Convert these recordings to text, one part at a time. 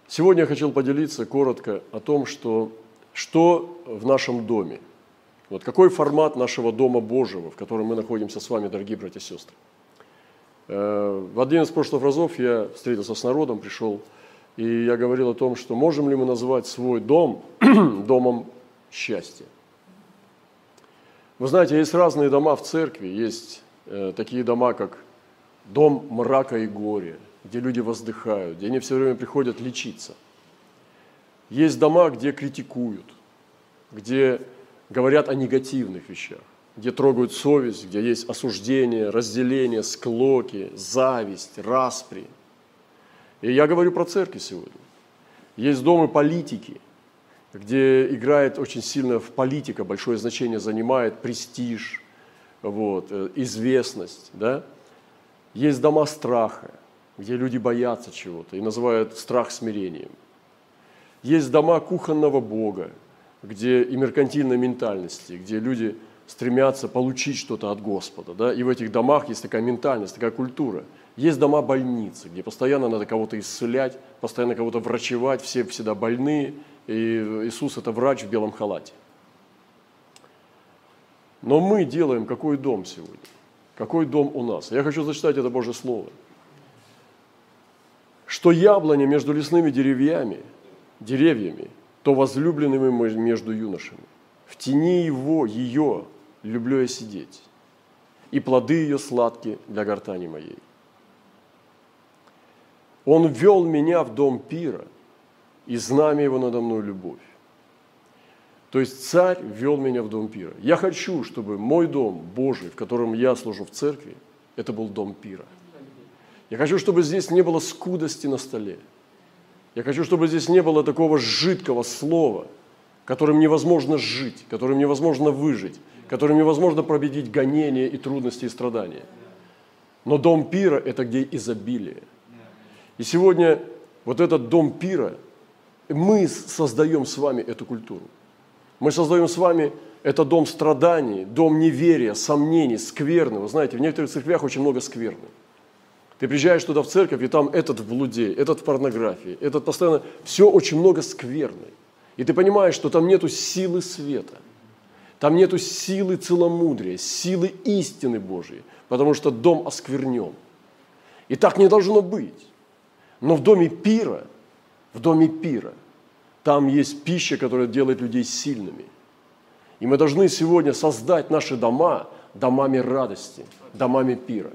Сегодня я хотел поделиться коротко о том, что в нашем доме. Вот какой формат нашего Дома Божьего, в котором мы находимся с вами, дорогие братья и сестры. В один из прошлых разов я встретился с народом, пришел, и я говорил о том, что можем ли мы назвать свой дом домом счастья. Вы знаете, есть разные дома в церкви, есть такие дома, как дом мрака и горя, где люди воздыхают, где они все время приходят лечиться. Есть дома, где критикуют, где говорят о негативных вещах, где трогают совесть, где есть осуждение, разделение, склоки, зависть, распри. И я говорю про церковь сегодня. Есть дома политики, где играет очень сильно в политика, большое значение занимает престиж, известность. Да? Есть дома страха, где люди боятся чего-то и называют страх смирением. Есть дома кухонного Бога, где и меркантильной ментальности, где люди стремятся получить что-то от Господа. Да? И в этих домах есть такая ментальность, такая культура. Есть дома больницы, где постоянно надо кого-то исцелять, постоянно кого-то врачевать, все всегда больные, и Иисус – это врач в белом халате. Но мы делаем какой дом сегодня? Какой дом у нас? Я хочу зачитать это Божье Слово. Что яблоня между лесными деревьями, то возлюбленными между юношами. В тени ее люблю я сидеть, и плоды ее сладки для гортани моей. Он ввел меня в дом пира, и знамя его надо мной любовь. То есть царь ввел меня в дом пира. Я хочу, чтобы мой дом Божий, в котором я служу в церкви, это был дом пира. Я хочу, чтобы здесь не было скудости на столе. Я хочу, чтобы здесь не было такого жидкого слова, которым невозможно жить, которым невозможно выжить, которым невозможно победить гонения и трудности и страдания. Но дом пира – это где изобилие. И сегодня вот этот дом пира, мы создаем с вами эту культуру. Мы создаем с вами это дом страданий, дом неверия, сомнений, скверны. Вы знаете, в некоторых церквях очень много скверны. Ты приезжаешь туда в церковь, и там этот в блуде, этот в порнографии, этот постоянно, все очень много скверны. И ты понимаешь, что там нету силы света, там нету силы целомудрия, силы истины Божьей, потому что дом осквернен. И так не должно быть. Но в доме пира, там есть пища, которая делает людей сильными. И мы должны сегодня создать наши дома домами радости, домами пира.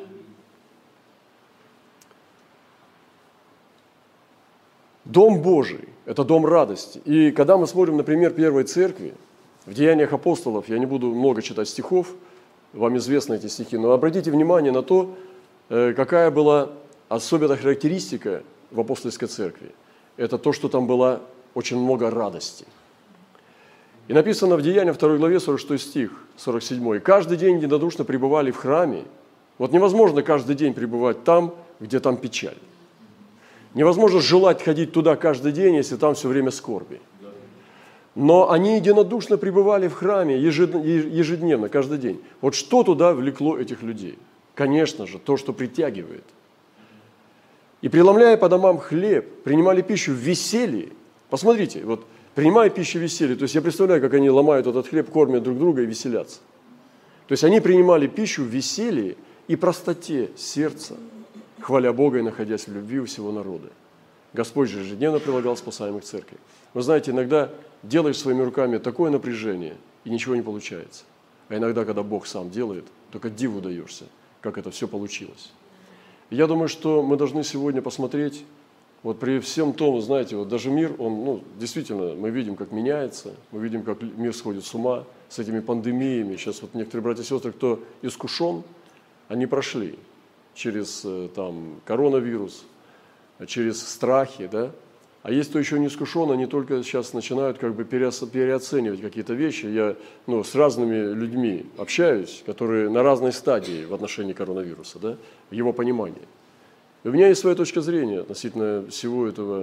Дом Божий – это дом радости. И когда мы смотрим, например, первой церкви, в Деяниях апостолов, я не буду много читать стихов, вам известны эти стихи, но обратите внимание на то, какая была особенная характеристика в апостольской церкви. Это то, что там было очень много радости. И написано в Деяниях 2 главе 46 стих, 47. «Каждый день единодушно пребывали в храме». Вот невозможно каждый день пребывать там, где там печаль. Невозможно желать ходить туда каждый день, если там все время скорби. Но они единодушно пребывали в храме ежедневно, каждый день. Вот что туда влекло этих людей? Конечно же, то, что притягивает. И преломляя по домам хлеб, принимали пищу в веселье. Посмотрите, вот принимая пищу в веселье, то есть я представляю, как они ломают этот хлеб, кормят друг друга и веселятся. То есть они принимали пищу в веселье и простоте сердца, хваля Бога и находясь в любви у всего народа. Господь же ежедневно прилагал спасаемых к церкви. Вы знаете, иногда делаешь своими руками такое напряжение, и ничего не получается. А иногда, когда Бог сам делает, только диву даешься, как это все получилось. И я думаю, что мы должны сегодня посмотреть, вот при всем том, знаете, вот даже мир, он, действительно, мы видим, как меняется, мы видим, как мир сходит с ума с этими пандемиями. Сейчас вот некоторые братья и сестры, кто искушен, они прошли через коронавирус, через страхи, да? А есть кто еще не искушен, они только сейчас начинают переоценивать какие-то вещи. Я с разными людьми общаюсь, которые на разной стадии в отношении коронавируса, да? В его понимании. И у меня есть своя точка зрения относительно всего этого,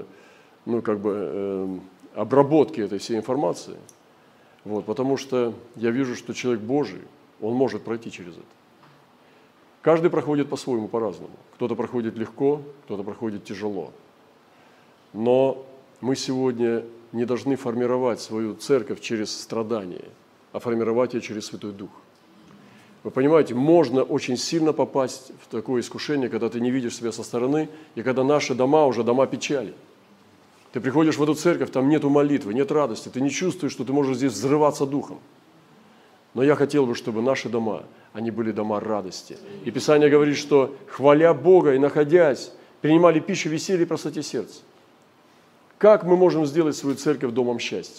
обработки этой всей информации. Потому что я вижу, что человек Божий, он может пройти через это. Каждый проходит по-своему, по-разному. Кто-то проходит легко, кто-то проходит тяжело. Но мы сегодня не должны формировать свою церковь через страдания, а формировать ее через Святой Дух. Вы понимаете, можно очень сильно попасть в такое искушение, когда ты не видишь себя со стороны, и когда наши дома уже дома печали. Ты приходишь в эту церковь, там нету молитвы, нет радости, ты не чувствуешь, что ты можешь здесь взрываться духом. Но я хотел бы, чтобы наши дома, они были дома радости. И Писание говорит, что, хваля Бога и находясь, принимали пищу веселья и простоте сердца. Как мы можем сделать свою церковь домом счастья?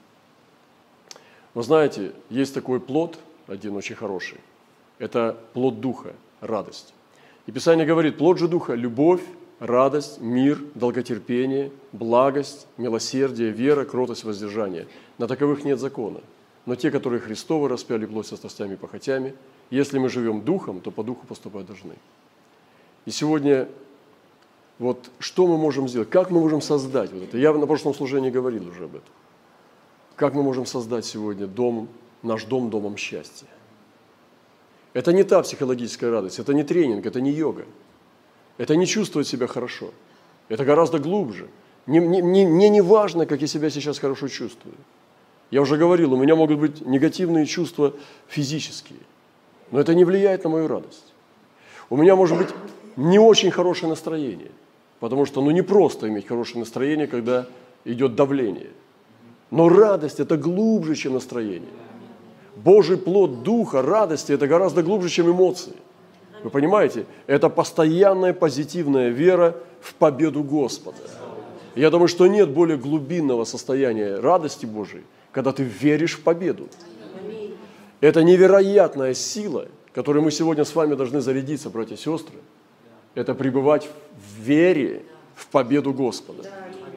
Вы знаете, есть такой плод, один очень хороший. Это плод Духа, радость. И Писание говорит, плод же Духа – любовь, радость, мир, долготерпение, благость, милосердие, вера, кротость, воздержание. На таковых нет закона. Но те, которые Христовы, распяли плоть со страстями и похотями, если мы живем Духом, то по Духу поступать должны. И сегодня вот что мы можем сделать? Как мы можем создать вот это? Я на прошлом служении говорил уже об этом. Как мы можем создать сегодня дом, наш дом домом счастья? Это не та психологическая радость, это не тренинг, это не йога. Это не чувствовать себя хорошо. Это гораздо глубже. Мне не важно, как я себя сейчас хорошо чувствую. Я уже говорил, у меня могут быть негативные чувства физические, но это не влияет на мою радость. У меня может быть не очень хорошее настроение, потому что не просто иметь хорошее настроение, когда идет давление. Но радость – это глубже, чем настроение. Божий плод Духа, радости – это гораздо глубже, чем эмоции. Вы понимаете? Это постоянная позитивная вера в победу Господа. Я думаю, что нет более глубинного состояния радости Божией, когда ты веришь в победу. Это невероятная сила, которой мы сегодня с вами должны зарядиться, братья и сестры. Это пребывать в вере в победу Господа.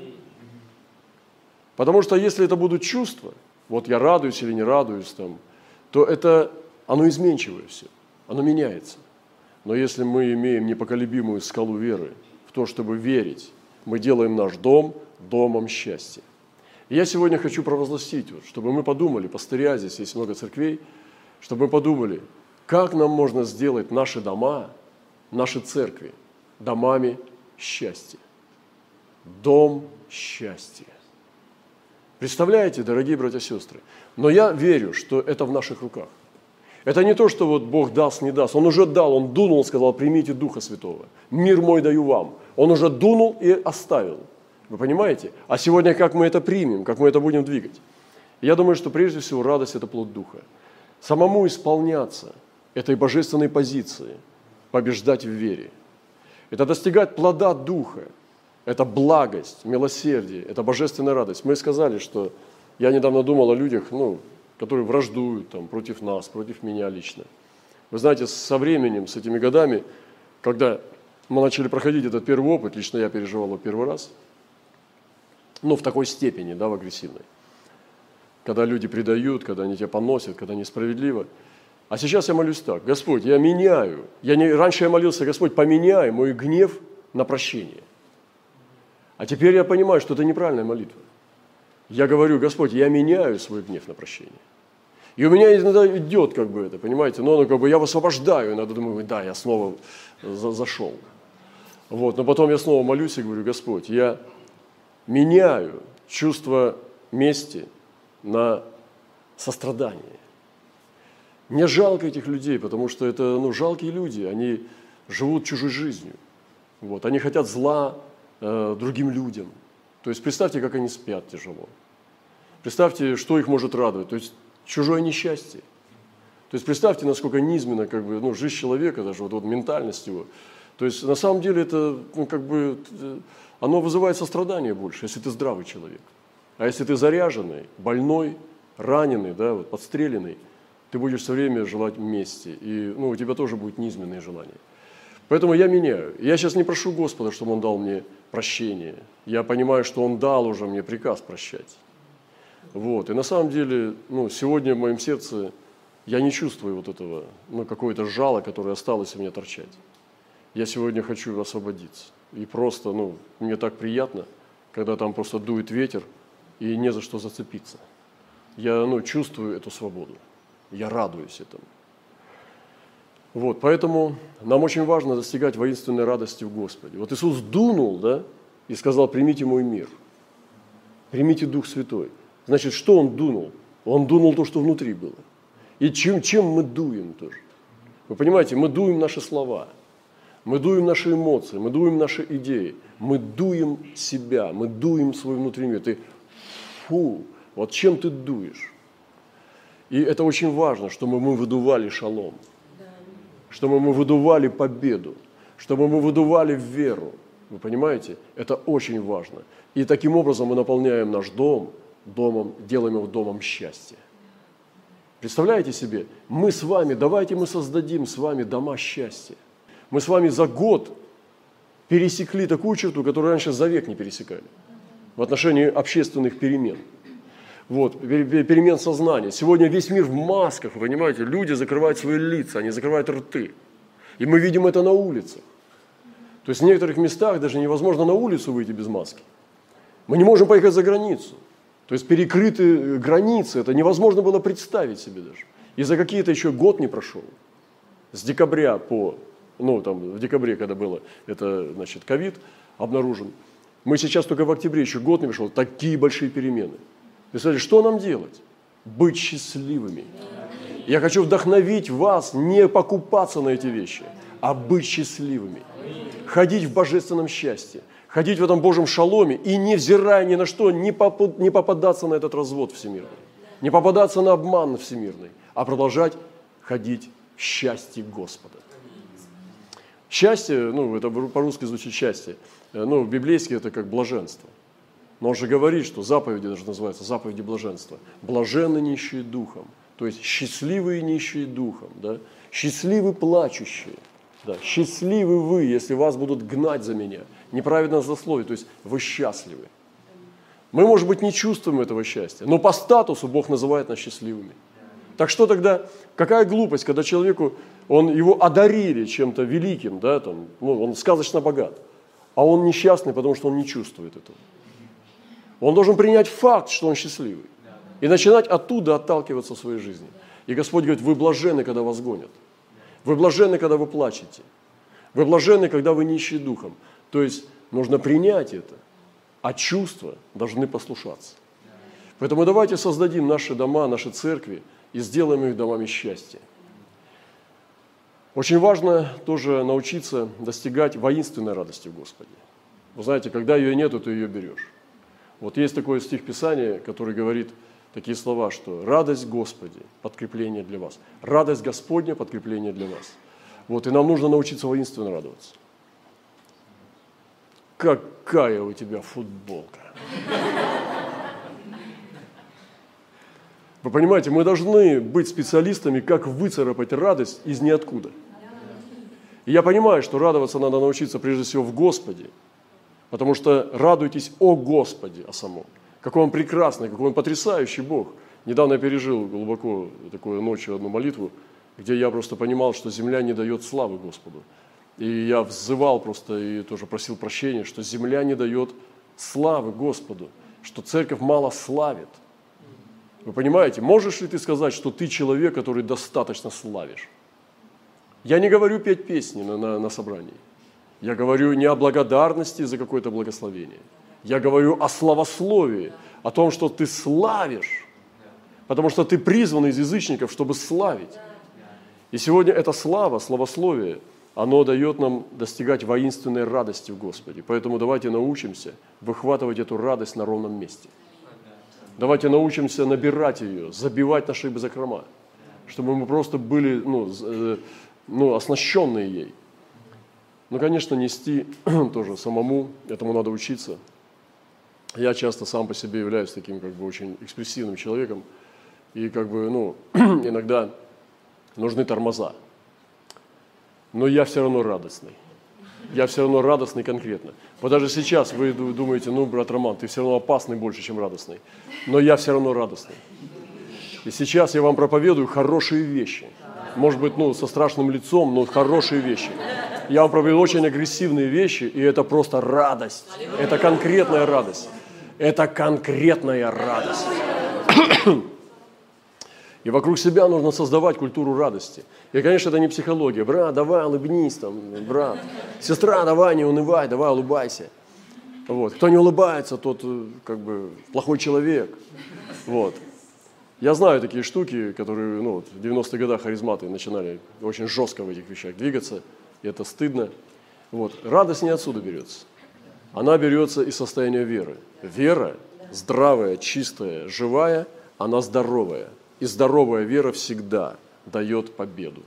Потому что если это будут чувства, вот я радуюсь или не радуюсь, то это, оно изменчивое все, оно меняется. Но если мы имеем непоколебимую скалу веры в то, чтобы верить, мы делаем наш дом домом счастья. И я сегодня хочу провозгласить, чтобы мы подумали, пастыря, здесь есть много церквей, чтобы мы подумали, как нам можно сделать наши дома, наши церкви домами счастья. Дом счастья. Представляете, дорогие братья и сестры? Но я верю, что это в наших руках. Это не то, что вот Бог даст, не даст. Он уже дал, Он дунул, сказал, примите Духа Святого. Мир мой даю вам. Он уже дунул и оставил. Вы понимаете? А сегодня как мы это примем, как мы это будем двигать? Я думаю, что прежде всего радость – это плод Духа. Самому исполняться этой божественной позиции, побеждать в вере. Это достигать плода Духа. Это благость, милосердие, это божественная радость. Мы сказали, что я недавно думал о людях, которые враждуют против нас, против меня лично. Вы знаете, со временем, с этими годами, когда мы начали проходить этот первый опыт, лично я переживал его первый раз, в такой степени, в агрессивной. Когда люди предают, когда они тебя поносят, когда несправедливо. А сейчас я молюсь так: Господь, я меняю. Раньше я молился: Господь, поменяй мой гнев на прощение. А теперь я понимаю, что это неправильная молитва. Я говорю: Господь, я меняю свой гнев на прощение. И у меня иногда идет это, понимаете, но я высвобождаю, иногда думаю, да, я снова зашел. Но потом я снова молюсь и говорю: Господь, я меняю чувство мести на сострадание. Мне жалко этих людей, потому что это жалкие люди, они живут чужой жизнью. Они хотят зла другим людям. То есть представьте, как они спят тяжело. Представьте, что их может радовать. То есть чужое несчастье. То есть представьте, насколько низменно жизнь человека, даже ментальность его. То есть на самом деле это оно вызывает сострадание больше, если ты здравый человек. А если ты заряженный, больной, раненый, подстреленный, ты будешь все время желать мести. И у тебя тоже будут низменные желания. Поэтому я меняю. Я сейчас не прошу Господа, чтобы Он дал мне прощение. Я понимаю, что Он дал уже мне приказ прощать. И на самом деле, сегодня в моем сердце я не чувствую этого, какое-то жало, которое осталось у меня торчать. Я сегодня хочу освободиться. И просто, мне так приятно, когда там просто дует ветер и не за что зацепиться. Я, чувствую эту свободу. Я радуюсь этому. Поэтому нам очень важно достигать воинственной радости в Господе. Иисус дунул, и сказал: примите мой мир, примите Дух Святой. Значит, что он дунул? Он дунул то, что внутри было. И чем мы дуем тоже? Вы понимаете, мы дуем наши слова, мы дуем наши эмоции, мы дуем наши идеи, мы дуем себя, мы дуем свой внутренний мир. Вот чем ты дуешь? И это очень важно, чтобы мы выдували шалом, чтобы мы выдували победу, чтобы мы выдували веру. Вы понимаете? Это очень важно. И таким образом мы наполняем наш дом домом, делаем его домом счастья. Представляете себе, мы с вами, давайте мы создадим с вами дома счастья. Мы с вами за год пересекли такую черту, которую раньше за век не пересекали в отношении общественных перемен. Вот, перемен сознания. Сегодня весь мир в масках, вы понимаете, люди закрывают свои лица, они закрывают рты. И мы видим это на улицах. То есть в некоторых местах даже невозможно на улицу выйти без маски. Мы не можем поехать за границу. То есть перекрыты границы, это невозможно было представить себе даже. И за какие-то еще год не прошел. С декабря в декабре, когда было, это, значит, ковид обнаружен. Мы сейчас только в октябре, еще год не прошел, такие большие перемены. Представляете, что нам делать? Быть счастливыми. Я хочу вдохновить вас не покупаться на эти вещи, а быть счастливыми. Ходить в божественном счастье. Ходить в этом Божьем шаломе и, невзирая ни на что, не попадаться на этот развод всемирный, не попадаться на обман всемирный, а продолжать ходить в счастье Господа. Счастье, это по-русски звучит счастье, библейски это как блаженство. Но он же говорит, что заповеди даже называются заповеди блаженства. Блаженны нищие духом, то есть счастливые нищие духом, да? Счастливы плачущие. Да, счастливы вы, если вас будут гнать за меня, неправедно злословить, то есть вы счастливы. Мы, может быть, не чувствуем этого счастья, но по статусу Бог называет нас счастливыми. Так что тогда, какая глупость, когда человеку, его одарили чем-то великим, да, он сказочно богат, а он несчастный, потому что он не чувствует этого. Он должен принять факт, что он счастливый, и начинать оттуда отталкиваться в своей жизни. И Господь говорит: вы блаженны, когда вас гонят. Вы блаженны, когда вы плачете. Вы блаженны, когда вы нищие духом. То есть нужно принять это, а чувства должны послушаться. Поэтому давайте создадим наши дома, наши церкви и сделаем их домами счастья. Очень важно тоже научиться достигать воинственной радости в Господе. Вы знаете, когда ее нету, ты ее берешь. Вот есть такой стих Писания, который говорит такие слова, что радость Господи – подкрепление для вас. Радость Господня – подкрепление для вас. Вот, и нам нужно научиться воинственно радоваться. Какая у тебя футболка! Вы понимаете, мы должны быть специалистами, как выцарапать радость из ниоткуда. И я понимаю, что радоваться надо научиться прежде всего в Господе, потому что радуйтесь о Господе, о самом. Какой он прекрасный, какой он потрясающий Бог. Недавно я пережил глубоко такую ночью одну молитву, где я просто понимал, что земля не дает славы Господу. И я взывал просто и тоже просил прощения, что земля не дает славы Господу, что церковь мало славит. Вы понимаете, можешь ли ты сказать, что ты человек, который достаточно славишь? Я не говорю петь песни на собрании. Я говорю не о благодарности за какое-то благословение. Я говорю о славословии, о том, что ты славишь, потому что ты призван из язычников, чтобы славить. И сегодня эта слава, славословие, оно дает нам достигать воинственной радости в Господе. Поэтому давайте научимся выхватывать эту радость на ровном месте. Давайте научимся набирать ее, забивать наши закрома, чтобы мы просто были оснащенные ей. Но, конечно, нести тоже самому, этому надо учиться. Я часто сам по себе являюсь таким очень экспрессивным человеком, и иногда нужны тормоза. Но я все равно радостный. Я все равно радостный конкретно. Вот даже сейчас вы думаете, брат Роман, ты все равно опасный больше, чем радостный. Но я все равно радостный. И сейчас я вам проповедую хорошие вещи. Может быть, со страшным лицом, но хорошие вещи. Я вам проповедую очень агрессивные вещи, и это просто радость. Это конкретная радость. Это конкретная радость. И вокруг себя нужно создавать культуру радости. И, конечно, это не психология. Брат, давай улыбнись, брат. Сестра, давай не унывай, давай улыбайся. Вот. Кто не улыбается, тот как бы плохой человек. Вот. Я знаю такие штуки, которые в 90-х годах харизматы начинали очень жестко в этих вещах двигаться, и это стыдно. Вот. Радость не отсюда берется. Она берется из состояния веры. Вера здравая, чистая, живая, она здоровая. И здоровая вера всегда дает победу.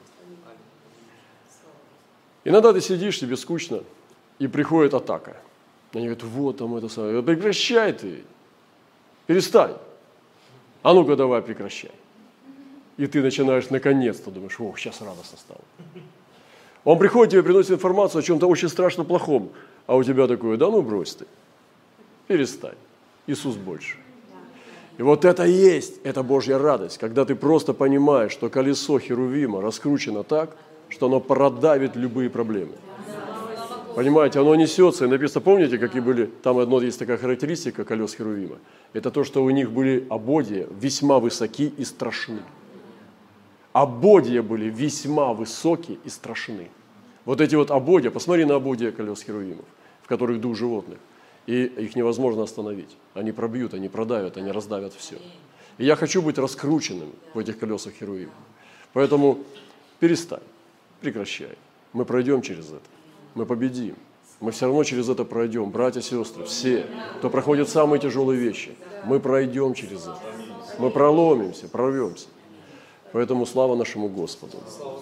Иногда ты сидишь, тебе скучно, и приходит атака. Они говорят, вот там это самое. Прекращай ты, перестань. А ну-ка давай прекращай. И ты начинаешь наконец-то, думаешь, сейчас радостно стало. Он приходит, тебе приносит информацию о чем-то очень страшно плохом, а у тебя такое, да ну брось ты, перестань, Иисус больше. И вот это и есть, это Божья радость, когда ты просто понимаешь, что колесо Херувима раскручено так, что оно продавит любые проблемы. Понимаете, оно несется, и написано, помните, какие были, там есть такая характеристика колес Херувима, это то, что у них были ободья весьма высоки и страшны. Ободья были весьма высокие и страшны. Вот эти вот ободья, посмотри на ободья колес Херувимов, в которых дух животных, и их невозможно остановить. Они пробьют, они продавят, они раздавят все. И я хочу быть раскрученным в этих колесах Херувима. Поэтому перестань, прекращай. Мы пройдем через это. Мы победим. Мы все равно через это пройдем. Братья, сестры, все, кто проходит самые тяжелые вещи, мы пройдем через это. Мы проломимся, прорвемся. Поэтому слава нашему Господу.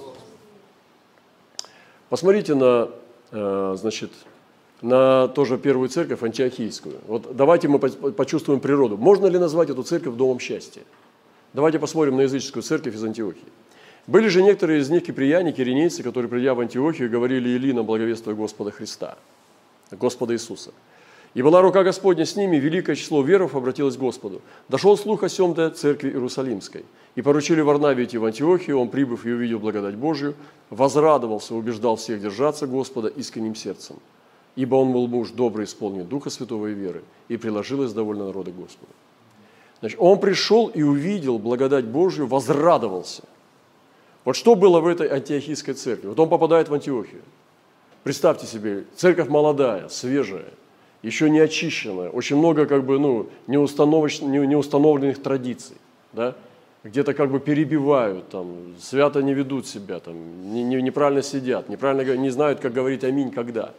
Посмотрите на тоже первую церковь антиохийскую. Вот давайте мы почувствуем природу. Можно ли назвать эту церковь домом счастья? Давайте посмотрим на языческую церковь из Антиохии. Были же некоторые из них киприяне, киринейцы, которые, придя в Антиохию, говорили Илина, благовествуя Господа Христа, Господа Иисуса. И была рука Господня с ними, великое число веров обратилось к Господу. Дошел слух о сем до церкви Иерусалимской. И поручили Варнаве идти в Антиохию, он, прибыв и увидел благодать Божию, возрадовался, убеждал всех держаться Господа искренним сердцем. Ибо он был муж добрый, исполнен Духа Святого и веры, и приложилось довольно народа к Господу. Значит, он пришел и увидел благодать Божию, возрадовался. Вот что было в этой антиохийской церкви? Вот он попадает в Антиохию. Представьте себе, церковь молодая, свежая, еще не очищенная, очень много неустановленных традиций, да? Где-то перебивают, свято не ведут себя, неправильно сидят, неправильно не знают, как говорить аминь, когда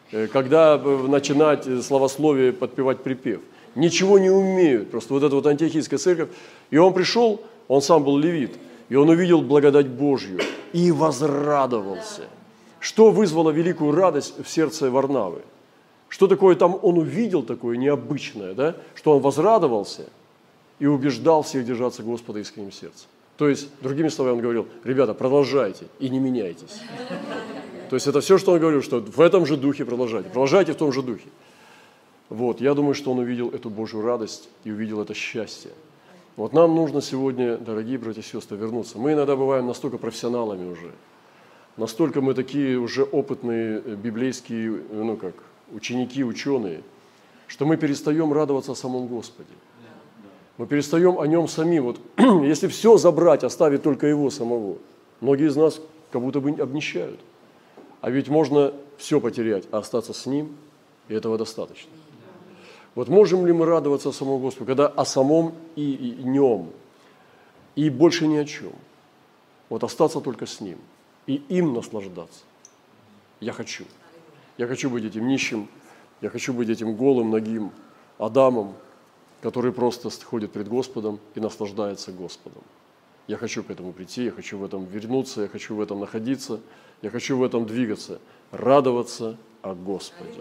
начинать славословие, подпевать припев. Ничего не умеют, просто вот эта вот антиохийская церковь. И он пришел, он сам был левит, и он увидел благодать Божью и возрадовался. Что вызвало великую радость в сердце Варнавы? Что такое там он увидел такое необычное, да? Что он возрадовался и убеждал всех держаться Господа искренним сердцем. То есть, другими словами, он говорил, ребята, продолжайте и не меняйтесь. То есть это все, что он говорил, что в этом же духе продолжайте в том же духе. Вот, я думаю, что он увидел эту Божью радость и увидел это счастье. Вот нам нужно сегодня, дорогие братья и сестры, вернуться. Мы иногда бываем настолько профессионалами уже, настолько мы такие уже опытные библейские, ученики, ученые, что мы перестаем радоваться о самом Господе. Мы перестаем о Нем самим. Вот, если все забрать, оставить только Его самого, многие из нас как будто бы обнищают. А ведь можно все потерять, а остаться с Ним, и этого достаточно. Вот можем ли мы радоваться о самом Господе, когда о самом и Нем, и больше ни о чем. Вот остаться только с Ним, и им наслаждаться. Я хочу. Я хочу быть этим нищим, я хочу быть этим голым, нагим Адамом, который просто ходит пред Господом и наслаждается Господом. Я хочу к этому прийти, я хочу в этом вернуться, я хочу в этом находиться, я хочу в этом двигаться, радоваться о Господе.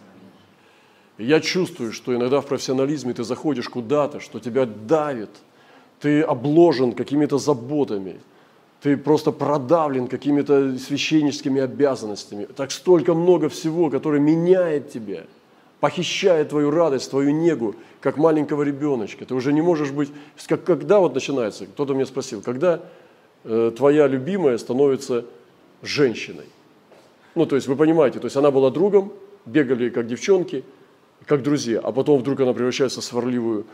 И я чувствую, что иногда в профессионализме ты заходишь куда-то, что тебя давит, ты обложен какими-то заботами, ты просто продавлен какими-то священническими обязанностями. Так столько много всего, которое меняет тебя, похищает твою радость, твою негу, как маленького ребеночка. Ты уже не можешь быть... Когда вот начинается? Кто-то меня спросил, когда твоя любимая становится женщиной? То есть вы понимаете, то есть она была другом, бегали как девчонки, как друзья, а потом вдруг она превращается в сварливую,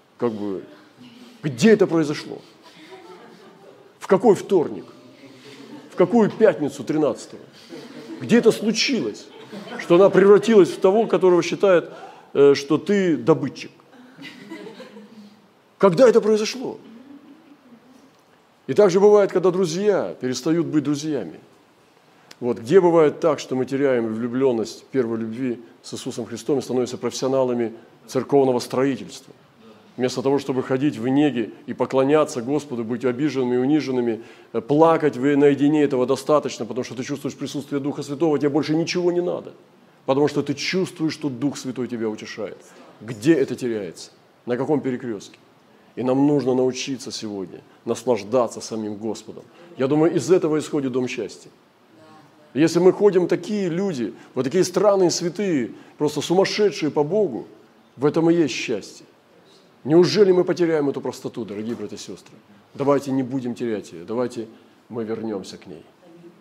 Где это произошло? В какой вторник? В какую пятницу 13-го? Где это случилось? Что она превратилась в того, которого считает что ты добытчик. Когда это произошло? И также бывает, когда друзья перестают быть друзьями. Вот, где бывает так, что мы теряем влюбленность первой любви с Иисусом Христом и становимся профессионалами церковного строительства. Вместо того, чтобы ходить в неге и поклоняться Господу, быть обиженными и униженными, плакать наедине, этого достаточно, потому что ты чувствуешь присутствие Духа Святого, тебе больше ничего не надо. Потому что ты чувствуешь, что Дух Святой тебя утешает. Где это теряется? На каком перекрестке? И нам нужно научиться сегодня наслаждаться самим Господом. Я думаю, из этого исходит дом счастья. Если мы ходим такие люди, вот такие странные святые, просто сумасшедшие по Богу, в этом и есть счастье. Неужели мы потеряем эту простоту, дорогие братья и сестры? Давайте не будем терять ее, давайте мы вернемся к ней.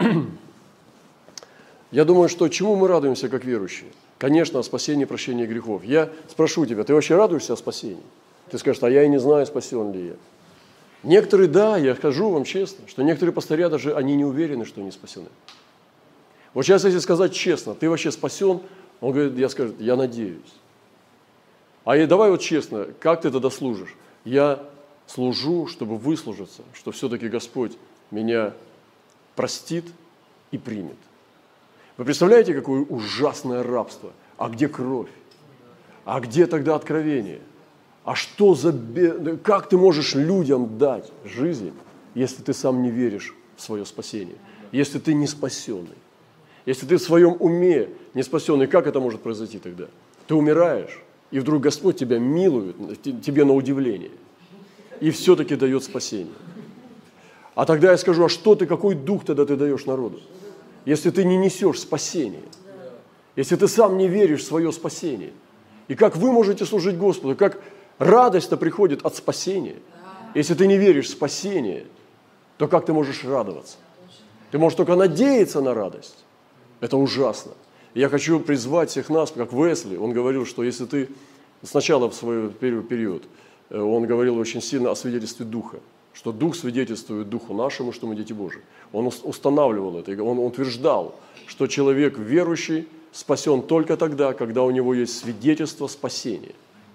Я думаю, что чему мы радуемся как верующие? Конечно, о спасении и прощении грехов. Я спрошу тебя, ты вообще радуешься о спасении? Ты скажешь, а я и не знаю, спасен ли я. Некоторые, да, я скажу вам честно, что некоторые пастыря даже, они не уверены, что они спасены. Вот сейчас, если сказать честно, ты вообще спасен, он говорит, я скажу, я надеюсь. А и давай вот честно, как ты тогда служишь? Я служу, чтобы выслужиться, что все-таки Господь меня простит и примет. Вы представляете, какое ужасное рабство? А где кровь? А где тогда откровение? А что за... Как ты можешь людям дать жизнь, если ты сам не веришь в свое спасение? Если ты не спасенный? Если ты в своем уме не спасенный, как это может произойти тогда? Ты умираешь, и вдруг Господь тебя милует, тебе на удивление, и все-таки дает спасение. А тогда я скажу, а что ты, какой дух тогда ты даешь народу? Если ты не несешь спасение, если ты сам не веришь в свое спасение. И как вы можете служить Господу, как радость-то приходит от спасения. Если ты не веришь в спасение, то как ты можешь радоваться? Ты можешь только надеяться на радость. Это ужасно. Я хочу призвать всех нас, как Уэсли, он говорил, что если ты сначала в свой период, он говорил очень сильно о свидетельстве Духа, что Дух свидетельствует Духу нашему, что мы дети Божии. Он устанавливал это, он утверждал, что человек верующий спасен только тогда, когда у него есть свидетельство спасения.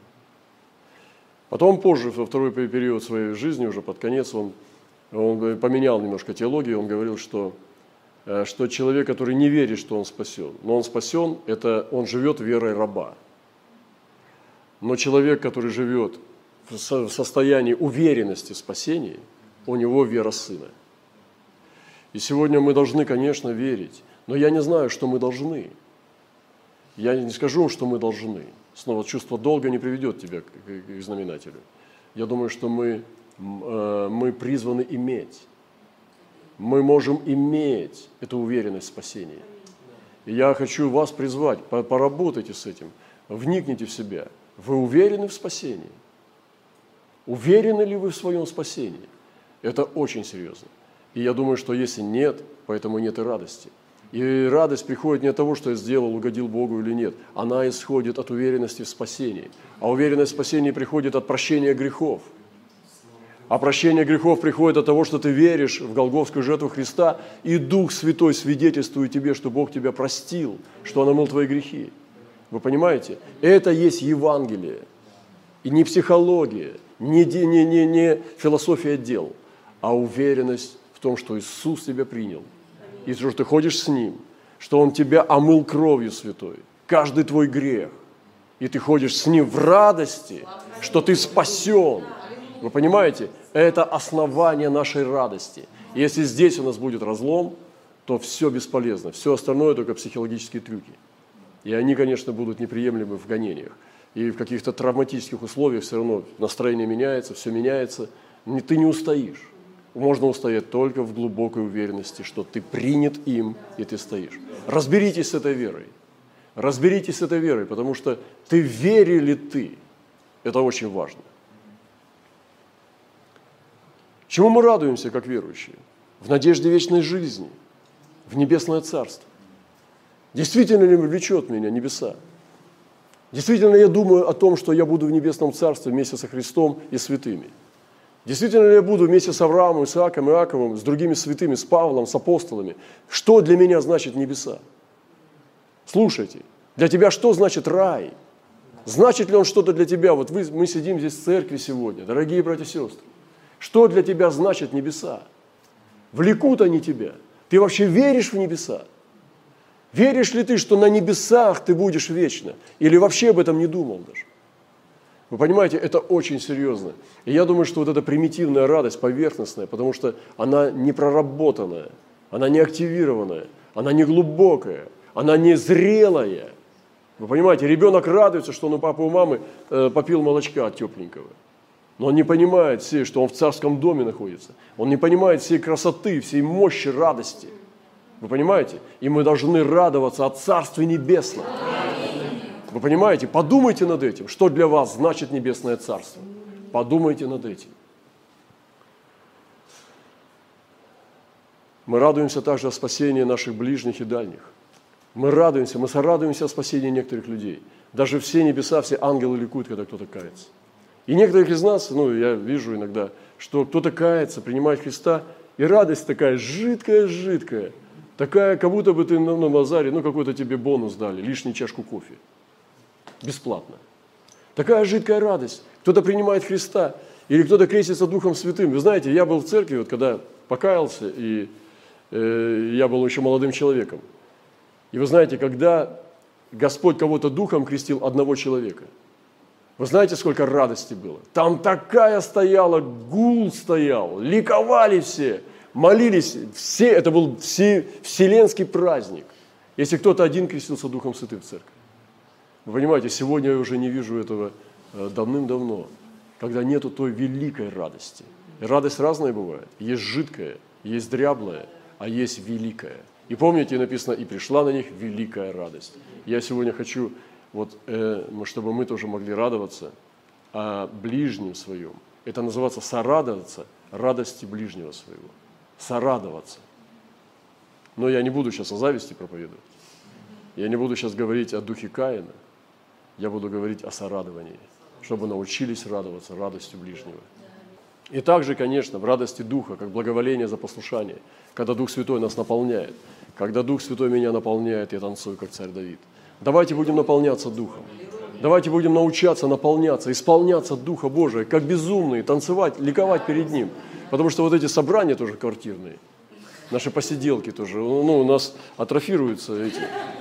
Потом позже, во второй период своей жизни, уже под конец, он поменял немножко теологию, он говорил, что человек, который не верит, что он спасен, но он спасен, это он живет верой раба. Но человек, который живет в состоянии уверенности в спасении, у него вера сына. И сегодня мы должны, конечно, верить, но я не знаю, что мы должны. Я не скажу, что мы должны. Снова чувство долга не приведет тебя к знаменателю. Я думаю, что мы призваны иметь. Мы можем иметь эту уверенность в спасении. И я хочу вас призвать, поработайте с этим, вникните в себя. Вы уверены в спасении? Уверены ли вы в своем спасении? Это очень серьезно. И я думаю, что если нет, поэтому нет и радости. И радость приходит не от того, что я сделал, угодил Богу или нет. Она исходит от уверенности в спасении. А уверенность в спасении приходит от прощения грехов. А прощение грехов приходит от того, что ты веришь в голгофскую жертву Христа, и Дух Святой свидетельствует тебе, что Бог тебя простил, что Он омыл твои грехи. Вы понимаете? Это есть Евангелие. И не психология, не философия дел, а уверенность в том, что Иисус тебя принял. И что ты ходишь с Ним, что Он тебя омыл кровью святой, каждый твой грех. И ты ходишь с Ним в радости, что ты спасен. Вы понимаете? Это основание нашей радости. Если здесь у нас будет разлом, то все бесполезно. Все остальное только психологические трюки. И они, конечно, будут неприемлемы в гонениях. И в каких-то травматических условиях все равно настроение меняется, все меняется. Ты не устоишь. Можно устоять только в глубокой уверенности, что ты принят им, и ты стоишь. Разберитесь с этой верой. Разберитесь с этой верой, потому что ты верили ты. Это очень важно. Чему мы радуемся, как верующие? В надежде вечной жизни, в небесное царство. Действительно ли влечет меня небеса? Действительно ли я думаю о том, что я буду в небесном царстве вместе со Христом и святыми? Действительно ли я буду вместе с Авраамом, Исааком, Иаковом, с другими святыми, с Павлом, с апостолами? Что для меня значит небеса? Слушайте, для тебя что значит рай? Значит ли он что-то для тебя? Вот мы сидим здесь в церкви сегодня, дорогие братья и сестры. Что для тебя значит небеса? Влекут они тебя. Ты вообще веришь в небеса? Веришь ли ты, что на небесах ты будешь вечно? Или вообще об этом не думал даже? Вы понимаете, это очень серьезно. И я думаю, что вот эта примитивная радость, поверхностная, потому что она не проработанная, она не активированная, она не глубокая, она не зрелая. Вы понимаете, ребенок радуется, что он у папы и у мамы попил молочка тепленького. Но он не понимает всей, что он в царском доме находится. Он не понимает всей красоты, всей мощи, радости. Вы понимаете? И мы должны радоваться от Царства Небесного. Вы понимаете? Подумайте над этим, что для вас значит Небесное Царство. Подумайте над этим. Мы радуемся также о спасении наших ближних и дальних. Мы сорадуемся о спасении некоторых людей. Даже все небеса, все ангелы ликуют, когда кто-то кается. И некоторых из нас, я вижу иногда, что кто-то кается, принимает Христа, и радость такая жидкая, такая, как будто бы ты на базаре, какой-то тебе бонус дали, лишнюю чашку кофе. Бесплатно. Такая жидкая радость. Кто-то принимает Христа, или кто-то крестится Духом Святым. Вы знаете, я был в церкви, вот когда покаялся, и я был еще молодым человеком. И вы знаете, когда Господь кого-то Духом крестил одного человека, вы знаете, сколько радости было? Там такая стояла, гул стоял, ликовали все, молились все, это был вселенский праздник. Если кто-то один крестился Духом Святым в церкви. Вы понимаете, сегодня я уже не вижу этого давным-давно, когда нету той великой радости. И радость разная бывает. Есть жидкая, есть дряблая, а есть великая. И помните, написано, и пришла на них великая радость. Я сегодня хочу, чтобы мы тоже могли радоваться о ближнем своем. Это называется сорадоваться радости ближнего своего. Сорадоваться. Но я не буду сейчас о зависти проповедовать. Я не буду сейчас говорить о духе Каина. Я буду говорить о сорадовании, чтобы научились радоваться радостью ближнего. И также, конечно, в радости Духа, как благоволение за послушание, когда Дух Святой нас наполняет. Когда Дух Святой меня наполняет, я танцую, как царь Давид. Давайте будем наполняться Духом. Давайте будем научаться наполняться, исполняться Духа Божия, как безумные, танцевать, ликовать перед Ним. Потому что вот эти собрания тоже квартирные, наши посиделки тоже, у нас атрофируются эти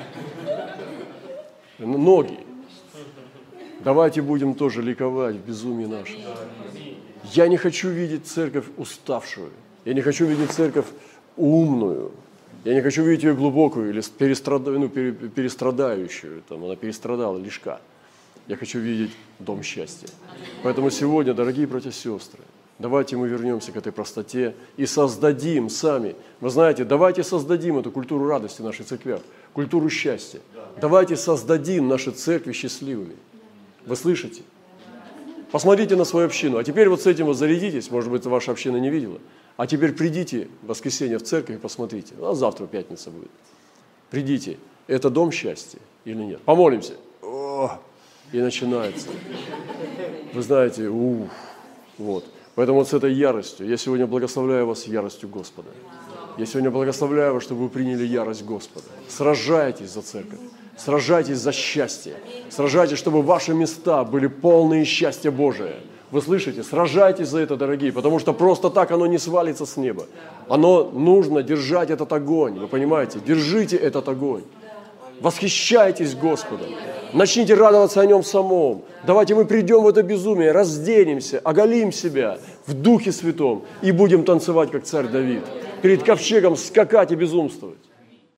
ноги. Давайте будем тоже ликовать в безумии нашем. Я не хочу видеть церковь уставшую. Я не хочу видеть церковь умную. Я не хочу видеть ее глубокую или перестрадающую. Она перестрадала, лишка. Я хочу видеть дом счастья. Поэтому сегодня, дорогие братья и сестры, давайте мы вернемся к этой простоте и создадим сами. Вы знаете, давайте создадим эту культуру радости в наших церквях, культуру счастья. Давайте создадим наши церкви счастливыми. Вы слышите? Посмотрите на свою общину. А теперь с этим зарядитесь. Может быть, ваша община не видела. А теперь придите в воскресенье в церковь и посмотрите. А завтра пятница будет. Придите. Это дом счастья или нет? Помолимся. И начинается. Вы знаете, вот. Поэтому с этой яростью, я сегодня благословляю вас яростью Господа. Я сегодня благословляю вас, чтобы вы приняли ярость Господа. Сражайтесь за церковь. Сражайтесь за счастье. Сражайтесь, чтобы ваши места были полные счастья Божия. Вы слышите? Сражайтесь за это, дорогие, потому что просто так оно не свалится с неба. Оно нужно держать этот огонь, вы понимаете? Держите этот огонь. Восхищайтесь Господом. Начните радоваться о Нем самом. Давайте мы придем в это безумие, разденемся, оголим себя в Духе Святом и будем танцевать, как царь Давид. Перед ковчегом скакать и безумствовать.